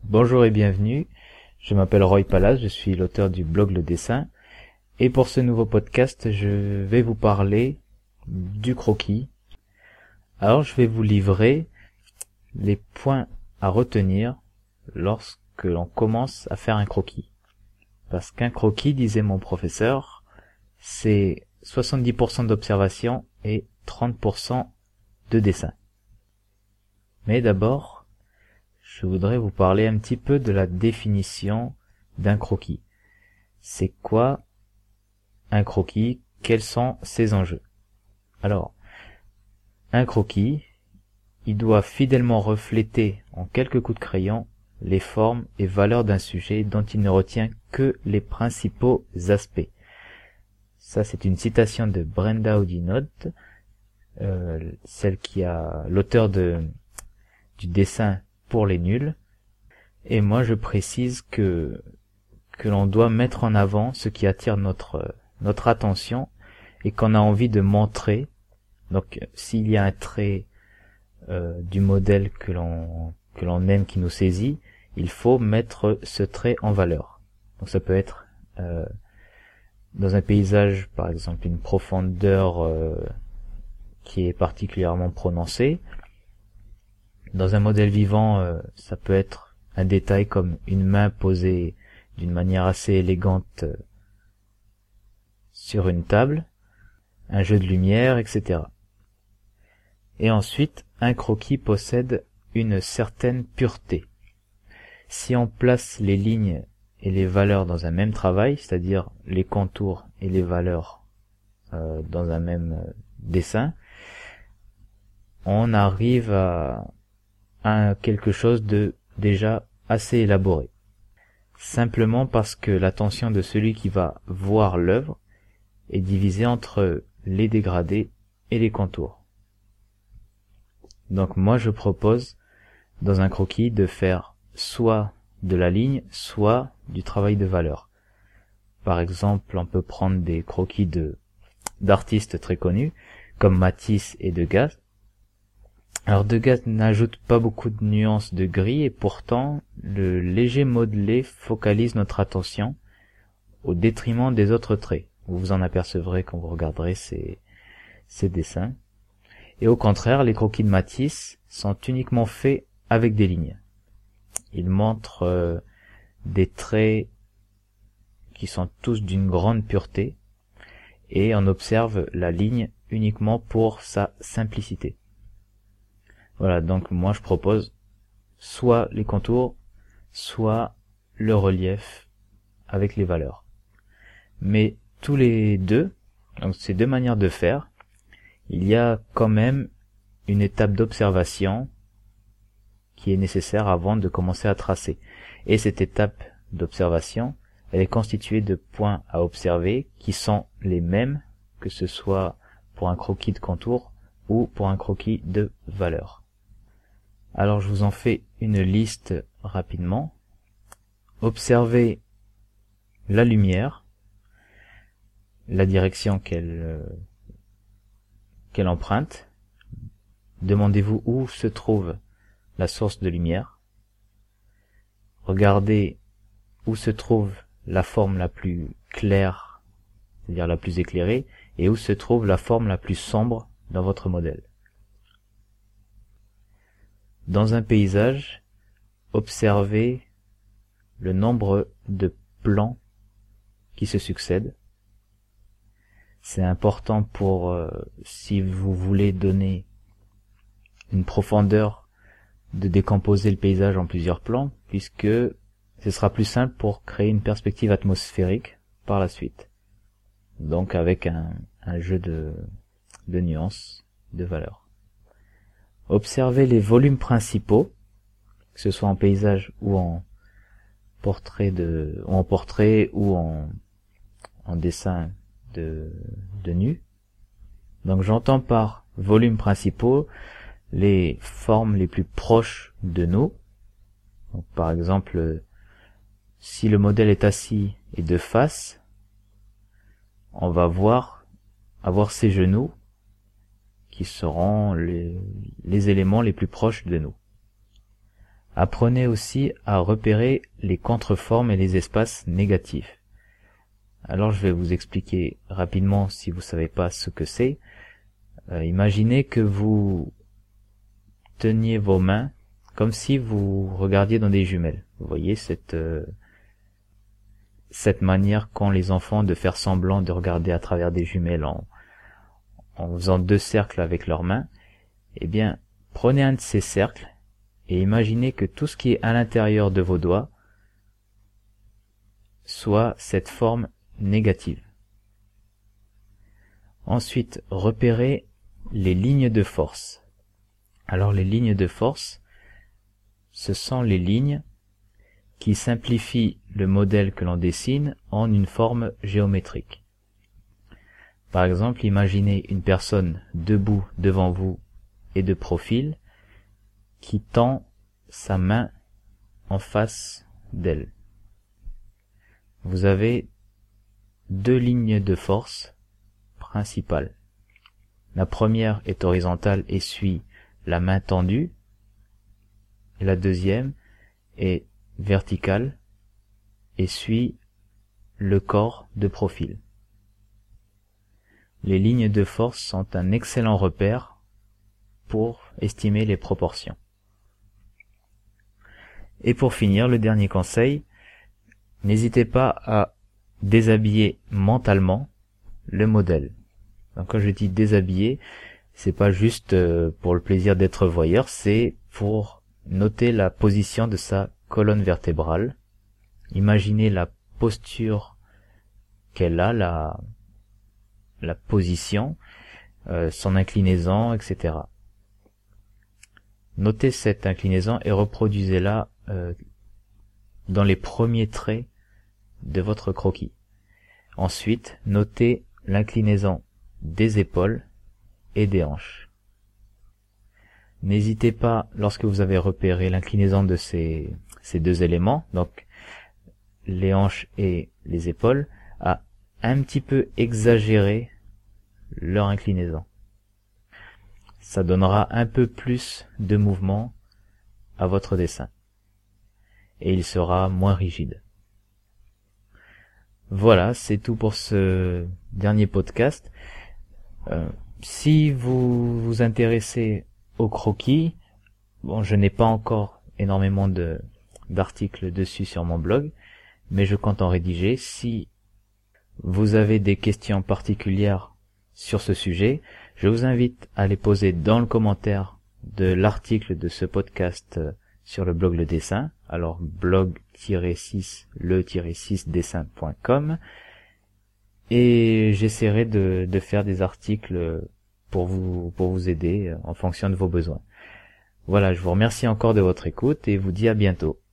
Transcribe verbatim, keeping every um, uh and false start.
Bonjour et bienvenue, je m'appelle Roy Palace, je suis l'auteur du blog Le Dessin, et pour ce nouveau podcast, je vais vous parler du croquis. Alors je vais vous livrer les points à retenir lorsque l'on commence à faire un croquis. Parce qu'un croquis, disait mon professeur, c'est soixante-dix pour cent d'observation et trente pour cent de dessin. Mais d'abord, je voudrais vous parler un petit peu de la définition d'un croquis. C'est quoi un croquis? Quels sont ses enjeux? Alors, un croquis, il doit fidèlement refléter en quelques coups de crayon les formes et valeurs d'un sujet dont il ne retient que les principaux aspects. Ça, c'est une citation de Brenda Hoddinott, euh, celle qui a l'auteur de du dessin pour les nuls. Et moi, je précise que que l'on doit mettre en avant ce qui attire notre notre attention et qu'on a envie de montrer. Donc, s'il y a un trait euh, du modèle que l'on que l'on aime, qui nous saisit, il faut mettre ce trait en valeur. Donc, ça peut être euh, dans un paysage, par exemple, une profondeur euh, qui est particulièrement prononcée. Dans un modèle vivant, euh, ça peut être un détail comme une main posée d'une manière assez élégante euh, sur une table, un jeu de lumière, et cetera. Et ensuite, un croquis possède une certaine pureté. Si on place les lignes et les valeurs dans un même travail, c'est-à-dire les contours et les valeurs euh, dans un même euh, dessin, on arrive à à quelque chose de déjà assez élaboré. Simplement parce que l'attention de celui qui va voir l'œuvre est divisée entre les dégradés et les contours. Donc moi je propose dans un croquis de faire soit de la ligne, soit du travail de valeur. Par exemple, on peut prendre des croquis de d'artistes très connus comme Matisse et Degas. Alors Degas n'ajoute pas beaucoup de nuances de gris et pourtant le léger modelé focalise notre attention au détriment des autres traits. Vous vous en apercevrez quand vous regarderez ces, ces dessins. Et au contraire, les croquis de Matisse sont uniquement faits avec des lignes. Ils montrent euh, des traits qui sont tous d'une grande pureté et on observe la ligne uniquement pour sa simplicité. Voilà, donc moi je propose soit les contours, soit le relief avec les valeurs. Mais tous les deux, donc ces deux manières de faire, il y a quand même une étape d'observation qui est nécessaire avant de commencer à tracer. Et cette étape d'observation, elle est constituée de points à observer qui sont les mêmes, que ce soit pour un croquis de contour ou pour un croquis de valeur. Alors je vous en fais une liste rapidement. Observez la lumière, la direction qu'elle euh, qu'elle emprunte. Demandez-vous où se trouve la source de lumière. Regardez où se trouve la forme la plus claire, c'est-à-dire la plus éclairée, et où se trouve la forme la plus sombre dans votre modèle. Dans un paysage, observez le nombre de plans qui se succèdent. C'est important pour, euh, si vous voulez donner une profondeur, de décomposer le paysage en plusieurs plans, puisque ce sera plus simple pour créer une perspective atmosphérique par la suite. Donc avec un, un jeu de, de nuances, de valeurs. Observez les volumes principaux, que ce soit en paysage ou en portrait de, ou en portrait ou en, en dessin de, de nu. Donc j'entends par volumes principaux les formes les plus proches de nous. Donc, par exemple, si le modèle est assis et de face, on va voir avoir ses genoux qui seront les, les éléments les plus proches de nous. Apprenez aussi à repérer les contreformes et les espaces négatifs. Alors je vais vous expliquer rapidement si vous savez pas ce que c'est. Euh, imaginez que vous teniez vos mains comme si vous regardiez dans des jumelles. Vous voyez cette euh, cette manière qu'ont les enfants de faire semblant de regarder à travers des jumelles en, en faisant deux cercles avec leurs mains. Eh bien, prenez un de ces cercles et imaginez que tout ce qui est à l'intérieur de vos doigts soit cette forme négative. Ensuite, repérez les lignes de force. Alors les lignes de force, ce sont les lignes qui simplifient le modèle que l'on dessine en une forme géométrique. Par exemple, imaginez une personne debout devant vous et de profil qui tend sa main en face d'elle. Vous avez deux lignes de force principales. La première est horizontale et suit la main tendue. Et la deuxième est verticale et suit le corps de profil. Les lignes de force sont un excellent repère pour estimer les proportions. Et pour finir, le dernier conseil, n'hésitez pas à déshabiller mentalement le modèle. Donc quand je dis déshabiller, c'est pas juste pour le plaisir d'être voyeur, c'est pour noter la position de sa colonne vertébrale. Imaginez la posture qu'elle a, la, la position, euh, son inclinaison, et cetera. Notez cette inclinaison et reproduisez-la euh, dans les premiers traits de votre croquis. Ensuite, notez l'inclinaison des épaules et des hanches. N'hésitez pas, lorsque vous avez repéré l'inclinaison de ces, ces deux éléments, donc les hanches et les épaules, à un petit peu exagérer leur inclinaison. Ça donnera un peu plus de mouvement à votre dessin et il sera moins rigide. Voilà, c'est tout pour ce dernier podcast. Euh, si vous vous intéressez au croquis, bon, je n'ai pas encore énormément de d'articles dessus sur mon blog, mais je compte en rédiger. Si vous avez des questions particulières sur ce sujet, je vous invite à les poser dans le commentaire de l'article de ce podcast sur le blog Le Dessin, alors blog tiret six le tiret six dessin point com, et j'essaierai de, de faire des articles pour vous, pour vous aider en fonction de vos besoins. Voilà, je vous remercie encore de votre écoute et vous dis à bientôt.